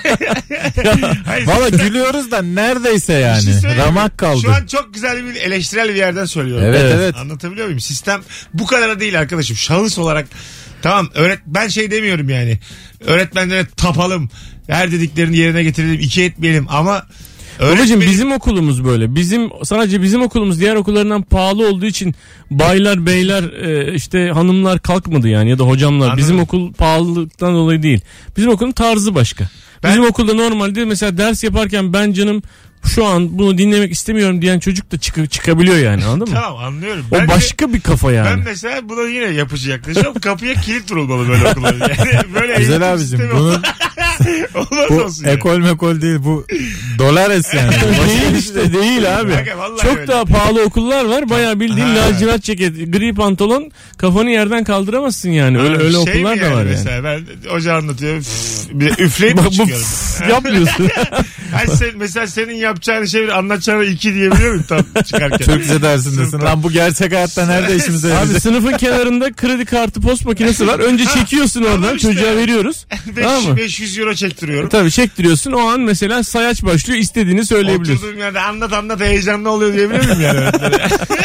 Hayır, Valla gülüyoruz da neredeyse bir yani. şey söyleyeyim mi? Ramak kaldı. Şu an çok güzel bir eleştirel bir yerden söylüyorum. Evet, evet. evet. Anlatabiliyor muyum? Sistem bu kadar da değil arkadaşım. Şahıs olarak tamam öğret ben şey demiyorum yani. Öğretmenlere tapalım. Her dediklerini yerine getirelim. İki etmeyelim ama Babacım öğretmenin- bizim okulumuz böyle. Bizim sadece bizim okulumuz diğer okullarından pahalı olduğu için baylar, beyler, e, işte hanımlar kalkmadı yani ya da hocamlar. Anladım. Bizim okul pahalılıktan dolayı değil. Bizim okulun tarzı başka. Ben- Bizim okulda normalde mesela ders yaparken ben canım şu an bunu dinlemek istemiyorum diyen çocuk da çık- çıkabiliyor yani, anladın mı? Tamam anlıyorum. O Bence- başka bir kafa yani. Ben mesela buna yine yapıcı yaklaşıyorum. Kapıya kilit vurulmalı böyle okulların. Yani böyle Güzel eğitim abicim. sistemi Bunun olmaz bu olsun yani. ekol mekol değil. Bu dolares yani. Değil işte değil abi. Kanka, vallahi Çok öyle. daha pahalı okullar var. Bayağı bildiğin Ha. lacivert ceket, gri pantolon, kafanı yerden kaldıramazsın yani. Öyle öyle Şey okullar mi da var yani. Mesela ben hoca anlatıyor. Üf, bir de üfleyip Bak mi bu çıkıyorum? yapmıyorsun. Hayır, sen, mesela senin yapacağın şey bir anlatacağına iki diyebiliyor muyum tam çıkarken? Türkçe dersindesin. Lan bu gerçek hayatta nerede işimize Abi yarayacak? sınıfın kenarında kredi kartı post makinesi var. Önce çekiyorsun oradan, tamam işte. çocuğa veriyoruz. Tamam mı? beş yüz euro çektiriyorum. Tabii çektiriyorsun. O an mesela sayaç başlıyor. İstediğini söyleyebiliyorsun. Oturduğum yerde anlat anlat heyecanlı oluyor diyebilir miyim yani öğretmene?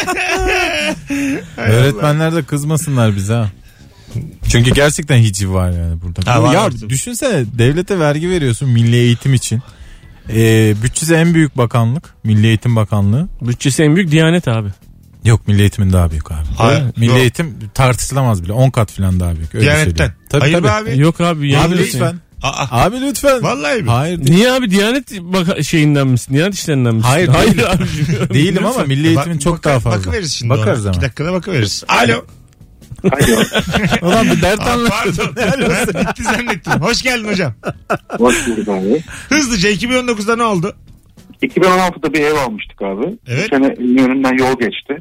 Hay Allah. Öğretmenler de kızmasınlar bize ha. Çünkü gerçekten hiciv var yani burada. Ha, var, ya var. düşünsene devlete vergi veriyorsun milli eğitim için. Ee, bütçesi en büyük bakanlık. Milli Eğitim Bakanlığı. Bütçesi en büyük Diyanet abi. Yok Milli Eğitim'in daha büyük abi. Hayır, Milli yok. Eğitim tartışılamaz bile. on kat falan daha büyük. Öyle Diyanet'ten. söyleyeyim. Tabii, Hayır tabii. be abi. Yok abi. Abi yanlış. lütfen. Aa, Abi lütfen. vallahi mi? Hayır değil. Niye abi Diyanet baka- şeyinden misin? Diyanet işlerinden misin? Hayır, Hayır değilim. abi. Değilim ama Milli Eğitim'in Bak- çok baka- daha fazla. Bakıveririz şimdi Bakarız ona. ama. İki dakikada bakıveririz. Alo. Alo. Ulan bir dert Aa, anlatıyordun. pardon. Ben bitti zannettim. Hoş geldin hocam. Hoş bulduk abi. Hızlıca iki bin on dokuzda ne oldu? iki bin on altıda bir ev almıştık abi. Evet. Bu sene evin önünden yol geçti.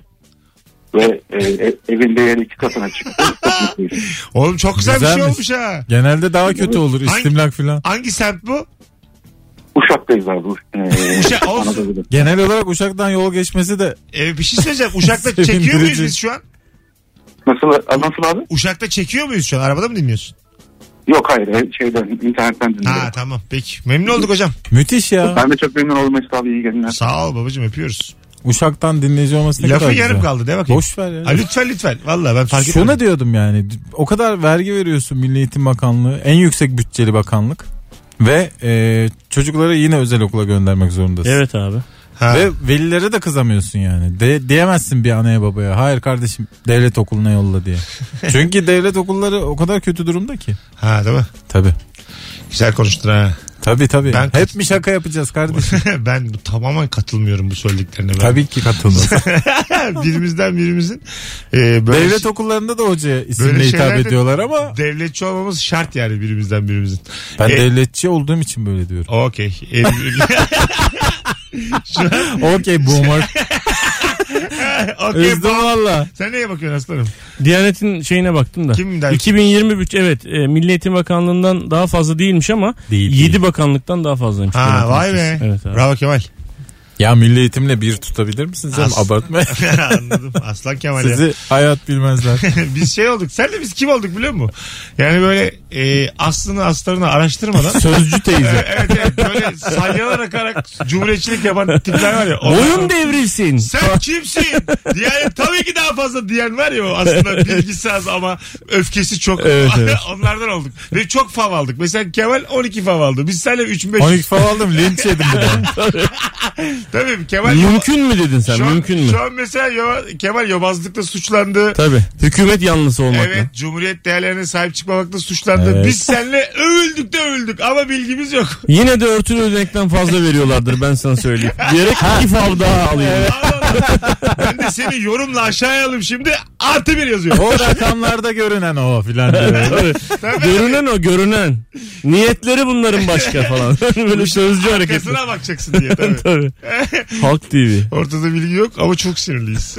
Ve e, e, evin değeri iki katına çıktı. Çok mutluyuz. Oğlum çok güzel bir şey Güzelmiş. olmuş ha. Genelde daha kötü olur. Hangi- İstimlak falan. Hangi semt bu? Uşak'tayız abi. Ee, Uşak olsun. Anadolu'da. Genel olarak Uşak'tan yol geçmesi de Ee, bir şey söyleyeceğim. Uşak'ta Sevindirici. çekiyor muyuz biz şu an? Nasıl, nasıl abi? Uşak'ta çekiyor muyuz şu an? Arabada mı dinliyorsun? Yok hayır e, şeyden internetten dinliyorum. Ha tamam peki. Memnun olduk hocam. müthiş ya. Ben de çok memnun oldum Mesut abi, iyi günler. Sağ ol babacığım öpüyoruz. Uşak'tan dinleyici olması ne Lafın kadar yarım güzel. kaldı de bakayım. Boş ver ya. Ha, lütfen lütfen. Valla ben fark Şunu etmedim. diyordum yani. O kadar vergi veriyorsun Milli Eğitim Bakanlığı. En yüksek bütçeli bakanlık. Ve e, çocukları yine özel okula göndermek zorundasın. Evet abi. Ha. Ve velilere de kızamıyorsun yani. De, diyemezsin bir anaya babaya. Hayır kardeşim devlet okuluna yolla diye. Çünkü devlet okulları o kadar kötü durumda ki. ha değil mi? Tabii. Güzel konuştun ha. Tabii tabii. Ben- Hep mi şaka yapacağız kardeşim? Ben bu, tamamen katılmıyorum bu söylediklerine. Ben. Tabii ki katılmaz. Birimizden birimizin e, böyle Devlet şey- okullarında da hocaya Böyle isimle hitap şeylerde ediyorlar ama devletçi olmamız şart yani birimizden birimizin. ben E, devletçi olduğum için böyle diyorum. Okey. E, Şu an Okey boomer. okey. Üzdüm valla. Sen neye bakıyorsun aslanım? Diyanet'in şeyine baktım da. Kim der? iki bin yirmi bütçe evet e, Milli Eğitim Bakanlığı'ndan daha fazla değilmiş ama Değil, yedi değil. bakanlıktan daha fazlaymış. Ha Diyanet vay be. bütçesi. Evet abi. Bravo Kemal. Ya milli eğitimle bir tutabilir misiniz? Canım? As- Abartma. Anladım. Aslan Kemal ya. Sizi hayat bilmezler. Biz şey olduk. Senle biz kim olduk biliyor musun? Yani böyle e, aslını astarını araştırmadan Sözcü teyze. evet, evet böyle salyalar akarak cumhuriyetçilik yapan tipler var ya. Boyun devrilsin. Sen kimsin? Yani tabii ki daha fazla diyen var ya o aslında bilgisi az ama öfkesi çok. Evet, evet. Onlardan olduk. Ve çok fav aldık. Mesela Kemal on iki fav aldı. Biz seninle üç beş. on iki fav aldım, linç yedim bir daha. Tabii Kemal. Mümkün mü dedin sen? Şu an, Mümkün mü? Şu an mesela yo- Kemal yobazlıkla suçlandı. Tabii. Hükümet yanlısı olmakla. Evet, Cumhuriyet değerlerine sahip çıkmamakla suçlandı. Evet. Biz seninle övüldük de övüldük ama bilgimiz yok. Yine de örtülü ödenekten fazla veriyorlardır ben sana söyleyeyim. Diyerek iki fav daha alıyor. Ben de seni yorumla aşağıya alayım şimdi artı bir yazıyor. O rakamlarda görünen o filan diyor. Görünen o görünen. Niyetleri bunların başka falan. Böyle sözcü hareket. Arkasına bakacaksın diye tabii. Tabii. Halk T V. Ortada bilgi yok ama çok sinirliyiz.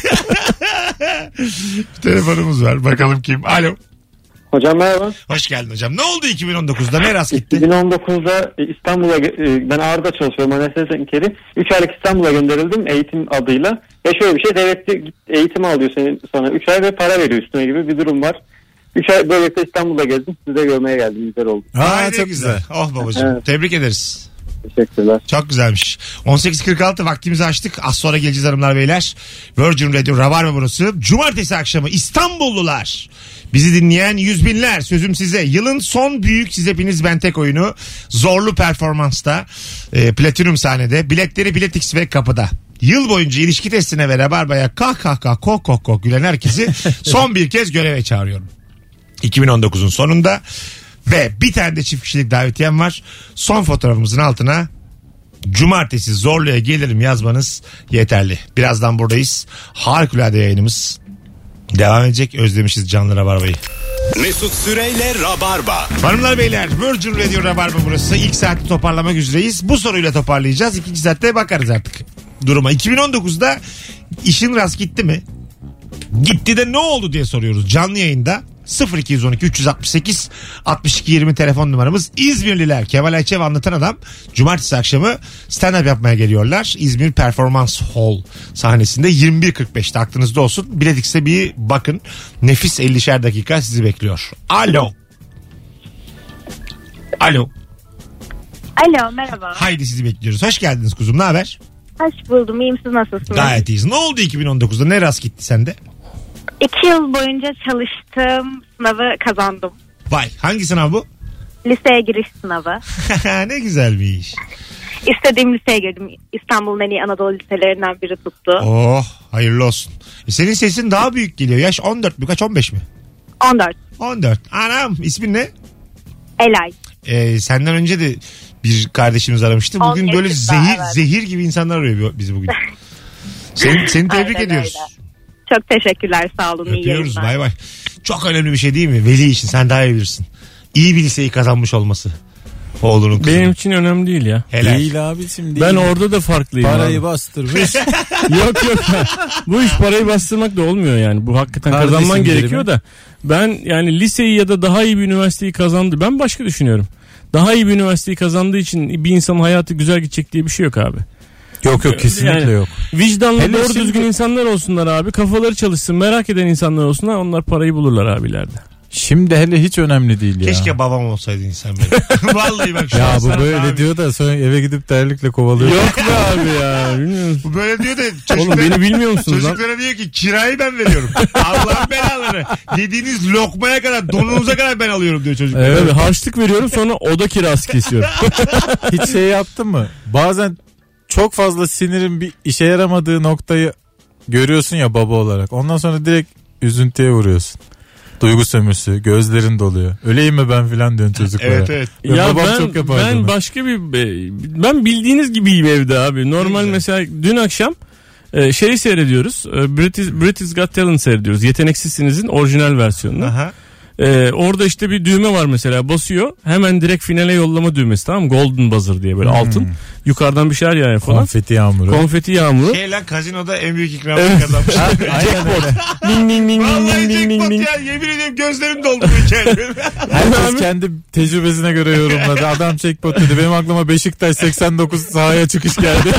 Bir telefonumuz var. Bakalım kim? Alo. Hocam merhaba. Hoş geldin hocam. Ne oldu iki bin on dokuzda? Ne rast gitti? iki bin on dokuzda İstanbul'a, ben Ağrı'da çalışıyorum. Anestezi teknikeri. üç aylık İstanbul'a gönderildim eğitim adıyla. Ve şöyle bir şey, devlet de eğitim alıyor seni, sana üç ay ve para veriyor üstüne gibi bir durum var. üç ay böylelikle İstanbul'da gezdim. Sizi de görmeye geldim. Güzel oldu. Ay, Ha, ne çok güzel. güzel. Oh babacığım. Evet. Tebrik ederiz. Teşekkürler. Çok güzelmiş. on sekiz kırk altı vaktimizi açtık. Az sonra geleceğiz hanımlar beyler. Virgin Radio Rabarba burası. Cumartesi akşamı İstanbullular. Bizi dinleyen yüz binler, sözüm size. Yılın son büyük Siz Hepiniz Ben Tek oyunu. Zorlu performansta. E, Platinum sahnede. Biletleri Biletix ve kapıda. Yıl boyunca ilişki testine ve Rabarba'ya kah kah kah kok kok kok gülen herkesi son bir kez göreve çağırıyorum. iki bin on dokuzun sonunda. Ve bir tane de çift kişilik davetiyem var. Son fotoğrafımızın altına cumartesi Zorlu'ya gelirim yazmanız yeterli. Birazdan buradayız. Harikulade yayınımız devam edecek. Özlemişiz canlı Rabarba'yı. Mesut Süreyle Rabarba. Hanımlar beyler, Virgin Radio Rabarba burası. İlk saati toparlamak üzereyiz. Bu soruyla toparlayacağız. İkinci saatte bakarız artık duruma. iki bin on dokuzda işin rast gitti mi? Gitti de ne oldu diye soruyoruz canlı yayında. sıfır iki on iki üç altı sekiz altmış iki yirmi telefon numaramız. İzmirliler Kemal Ayçev anlatan adam cumartesi akşamı stand-up yapmaya geliyorlar. İzmir Performans Hall sahnesinde yirmi bir kırk beşte aklınızda olsun. Biletix'e bir bakın. Nefis ellişer dakika sizi bekliyor. Alo. Alo. Alo merhaba. Haydi sizi bekliyoruz. Hoş geldiniz kuzum. Ne haber? Hoş buldum. İyiyim, siz nasılsınız? Gayet iyiyiz. Ne oldu iki bin on dokuzda? Ne rast gitti sende? İki yıl boyunca çalıştım. Sınavı kazandım. Vay. Hangi sınav bu? Liseye giriş sınavı. Ne güzel bir iş. İstediğim liseye girdim. İstanbul'un en iyi Anadolu liselerinden biri tuttu. Oh, hayırlı olsun. E senin sesin daha büyük geliyor. Yaş on dört mü? Kaç, on beş mi? on dört. on dört. Anam, ismin ne? Elay. Ee, senden önce de bir kardeşimiz aramıştı. on Bugün böyle yaşında, zehir evet. zehir gibi insanlar arıyor bizi bugün. Seni, seni tebrik Aynen ediyoruz. öyle. Çok teşekkürler, sağ olun. İyi Öpüyoruz, yayınlar. bay bay. Çok önemli bir şey değil mi? Veli için sen daha iyi bilirsin. İyi bir liseyi kazanmış olması. Oğlunun kızının. Benim için önemli değil ya. Helal. Değil abicim değil. Ben orada da farklıyım. Parayı abi. bastırmış. Yok yok. Bu iş parayı bastırmak da olmuyor yani. Bu hakikaten Kardeşim kazanman gibi gerekiyor mi? da. Ben yani liseyi ya da daha iyi bir üniversiteyi kazandı. Ben başka düşünüyorum. Daha iyi bir üniversiteyi kazandığı için bir insanın hayatı güzel gidecek diye bir şey yok abi. Yok yok kesinlikle Yani yok. Vicdanlı Hele doğru şimdi- düzgün insanlar olsunlar abi. Kafaları çalışsın, merak eden insanlar olsunlar. Onlar parayı bulurlar abi ileride. Şimdi hele hiç önemli değil ya. Keşke babam olsaydı insan benim. Vallahi bak şu an Ya bu sana böyle abi. diyor da sonra eve gidip terlikle kovalıyor. Yok be abi ya. Bilmiyorum. Bu böyle diyor da Oğlum çocuklara, beni bilmiyor musunuz lan? çocuklara diyor ki kirayı ben veriyorum. Allah'ın belaları. Yediğiniz lokmaya kadar, donunuza kadar ben alıyorum diyor çocuklar. Evet. Tabii harçlık veriyorum, sonra oda kirası kesiyorum. Hiç şey yaptın mı? Bazen çok fazla sinirin bir işe yaramadığı noktayı görüyorsun ya baba olarak. Ondan sonra direkt üzüntüye vuruyorsun. Duygu sömürüsü, gözlerin doluyor. Öleyim mi ben filan diyorsun çocuklara. Evet evet. Ve Ya babam ben çok yapardı ben bunu. başka bir ben bildiğiniz gibiyim evde abi. Normal güzel. mesela dün akşam e, şeyi seyrediyoruz. E, British British Got Talent seyrediyoruz. Yeteneksizsinizin orijinal versiyonunu. Aha. E, orada işte bir düğme var mesela, basıyor. Hemen direkt finale yollama düğmesi, tamam mı? Golden buzzer diye böyle Hmm. altın. Yukarıdan bir şeyler yağıyor falan. Konfeti yağmuru. Konfeti yağmuru. Şey lan, kazinoda en büyük ikramı Evet. kazanmış. Aynen öyle. Ding ding ding Vallahi ding ding ding jackpot ding. ya. Yemin ediyorum gözlerim doldu bu hikaye. Herkes kendi tecrübesine göre yorumladı. Adam jackpot dedi. Benim aklıma Beşiktaş seksen dokuz sahaya çıkış geldi.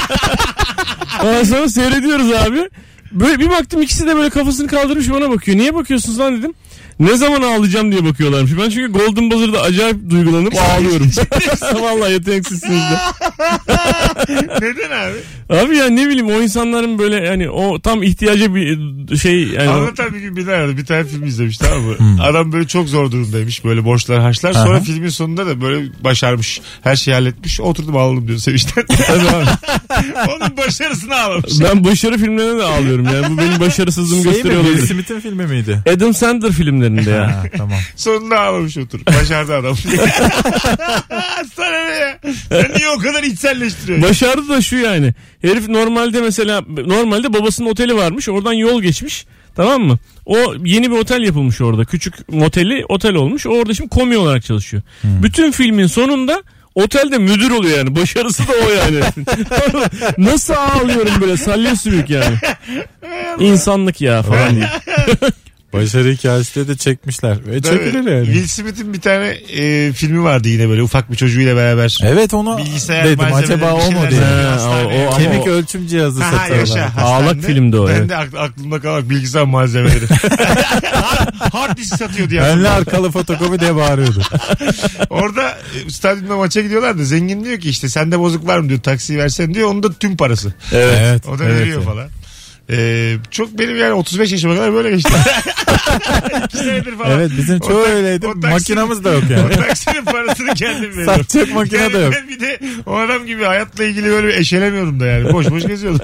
Ondan sonra seyrediyoruz abi. Böyle bir baktım, ikisi de böyle kafasını kaldırmış bana bakıyor. Niye bakıyorsunuz lan dedim. Ne zaman ağlayacağım diye bakıyorlarmış. Ben çünkü Golden Buzzer'da acayip duygulanıp ağlıyorum. Vallahi yeteneksizsiniz de. Neden abi? Abi ya ne bileyim o insanların böyle yani o tam ihtiyaca bir şey yani. Anlatan bir gün bir tane, bir tane film izlemiş, tamam mı? Hmm. Adam böyle çok zor durumdaymış, böyle borçlar harçlar. Sonra Aha. filmin sonunda da böyle başarmış. Her şeyi halletmiş. Oturdum ağladım diyor sevinçten. Onun başarısını ağlamış. Ben başarı filmlerine de ağlıyorum yani. Bu benim başarısızlığımı şey gösteriyor. Will Smith'in filmi miydi? Adam Sandler filmlerinde ya. Ha, tamam. Sonunda ağlamış oturup. Başardı adam. Sana ne ya? Sen niye o kadar içselleştiriyorsun? Başardı da şu yani. Herif normalde mesela normalde babasının oteli varmış. Oradan yol geçmiş. Tamam mı? O yeni bir otel yapılmış orada. Küçük moteli otel olmuş. O orada şimdi komi olarak çalışıyor. Hmm. Bütün filmin sonunda otelde müdür oluyor yani. Başarısı da o yani. Nasıl ağlıyorum böyle salya sümük yani. İnsanlık ya falan diye. Başarı hikayesi de çekmişler. Ve çekilir yani. Will Smith'in bir tane e, filmi vardı yine böyle ufak bir çocuğuyla beraber. Evet onu bilgisayar dedim acaba o mu diye. O, o, Kemik o, ölçüm cihazı satıyorlar. Ağlak filmde o. Ben evet. de aklımda kalak bilgisayar malzemeleri. Hard disk satıyor diye. Önlü arkalı fotokopi diye bağırıyordu. Orada stadyumda maça gidiyorlar da zengin diyor ki işte sende bozuk var mı diyor, taksiyi versen diyor, onun da tüm parası. Evet. O da evet, veriyor evet. falan. Ee, çok benim yani otuz beş yaşıma kadar böyle geçti. İki senedir falan. Evet bizim çoğu o öyleydi. O makinamız da yok yani. O taksinin parasını kendim veriyorum. Satacak makine yani de yok. Ben bir de o adam gibi hayatla ilgili böyle eşelemiyorum da yani. Boş boş geziyordum.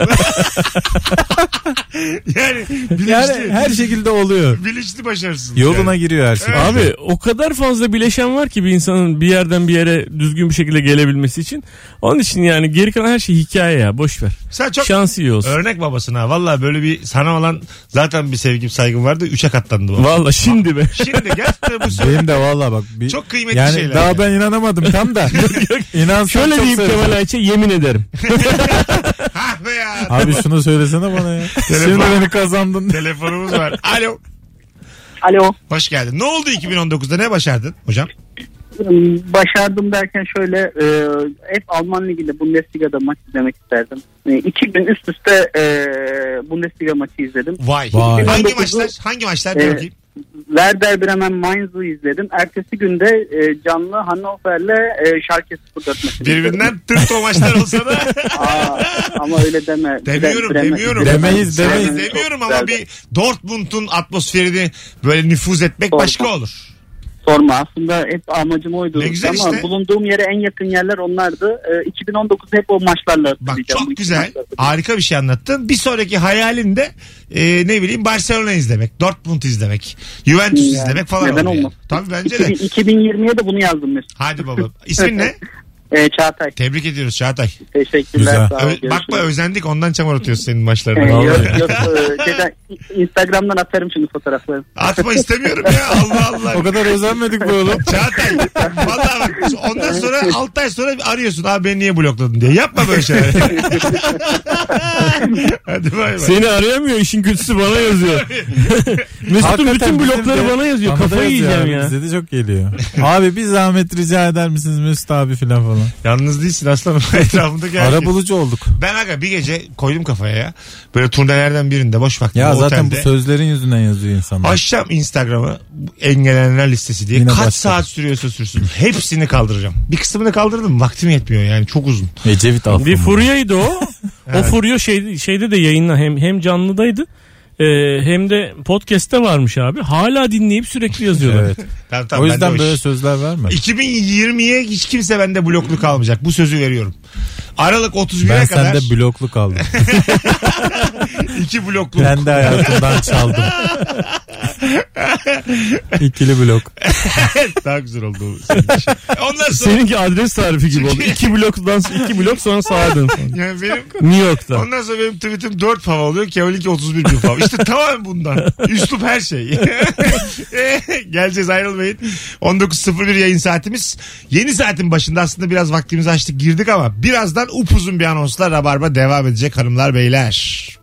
yani bilinçli. Yani her şekilde oluyor. Bilinçli başarısız. Yoluna yani. giriyor her şey. Evet. Abi o kadar fazla bileşen var ki bir insanın bir yerden bir yere düzgün bir şekilde gelebilmesi için. Onun için yani geri kalan her şey hikaye ya, boş ver. Sen çok şansı iyi olsun. Örnek babasın ha. Valla böyle bir sana olan zaten bir sevgim saygım vardı. Üçe katlandı bu. Valla şimdi be. Şimdi gerçekten bu söyle. Benim de valla bak. Bir, çok kıymetli yani şeyler. Daha yani. ben inanamadım tam da. İnan şöyle diyeyim Kemal Ayça, yemin ederim. Ah be ya. Abi şunu söylesene bana ya. Şimdi beni kazandın. Telefonumuz var. Alo. Alo. Hoş geldin. Ne oldu iki bin on dokuzda, ne başardın hocam? Başardım derken şöyle e, hep Alman Ligi'nde Bundesliga'da maç izlemek isterdim. E, iki gün üst üste e, Bundesliga maçı izledim. Vay. Vay. Hangi maçlar? Hangi maçlar? E, bakayım. Werder Bremen Mainz'ı izledim. Ertesi günde e, canlı Hannover'le e, Schalke sıfır dört maçı izledim. Birbirinden tırt o maçlar olsa da. Aa, ama öyle deme. Demiyorum Bre- demiyorum. Demeyiz demeyiz. Demiyorum ama bir Dortmund'un atmosferini böyle nüfuz etmek Sorma. başka olur. Sorma, aslında hep amacım oydu. Ne güzel ama işte. bulunduğum yere en yakın yerler onlardı. E, iki bin on dokuzda hep o maçlarla hatırlayacağım. Bak çok güzel. Harika bir şey anlattın. Bir sonraki hayalin de e, ne bileyim Barcelona izlemek, Dortmund izlemek, Juventus yani, izlemek falan. Neden olmaz? olmaz? Tabii bence iki bin, de. iki bin yirmiye de bunu yazdım Mesut. Hadi baba. İsmin ne? E, Çağatay. Tebrik ediyoruz Çağatay. Teşekkürler. Güzel. Sağ ol, Ö- bakma özendik, ondan çamur atıyoruz senin maçlarına. Ee, yok yok e, şeyden, Instagram'dan atarım şimdi fotoğrafları. Atma istemiyorum ya, Allah Allah. O kadar özenmedik be oğlum. Çağatay vallahi bak, ondan sonra altı ay sonra arıyorsun abi beni niye blokladın diye. Yapma böyle şeyler. Hadi bay bay. Seni arayamıyor, işin kötüsü bana yazıyor. Mesut'un Hakikaten bütün bizim blokları de- bana yazıyor. bana da Kafayı yazıyor yiyeceğim abi, ya. Bize de çok geliyor. Abi bir zahmet rica eder misiniz Mesut abi filan falan. Yalnız değilsin aslanım, etrafındaki herkes. Ara bulucu olduk. Ben aga bir gece koydum kafaya ya. Böyle turnelerden birinde boş vaktim. Ya zaten otelde. bu sözlerin yüzünden yazıyor insanlar. Açacağım Instagram'ı engellenenler listesi diye. Yine Kaç başladı. saat sürüyorsa sürsün. Hepsini kaldıracağım. Bir kısmını kaldırdım. Vaktim yetmiyor yani, çok uzun. Ecevit Alfın. Bir furyaydı o. O Evet. furya şey, şeyde de yayınla hem hem canlıdaydı. e, hem de podcast'te varmış abi. Hala dinleyip sürekli yazıyorlar. Evet. Tamam, tamam, O ben de yüzden o böyle iş. sözler verme. iki bin yirmiye hiç kimse bende bloklu kalmayacak. Bu sözü veriyorum. Aralık otuz bire Ben kadar sende bloklu kaldım. iki bloklu. Ben de hayatımdan çaldım. İkili blok. Daha güzel oldu o senin için. Ondan sonra Seninki adres tarifi gibi oldu. İki bloktan iki blok sonra sağa dön. yani benim New York'ta. ondan sonra benim tweetim dört fav oluyor. Kemal'inki otuz bir bin fav. İşte tamamen bundan. Üslup her şey. Geleceğiz, ayrılmayın. on dokuz sıfır bir yayın saatimiz. Yeni saatin başında aslında biraz vaktimizi açtık girdik ama birazdan upuzun bir anonsla Rabarba devam edecek hanımlar beyler.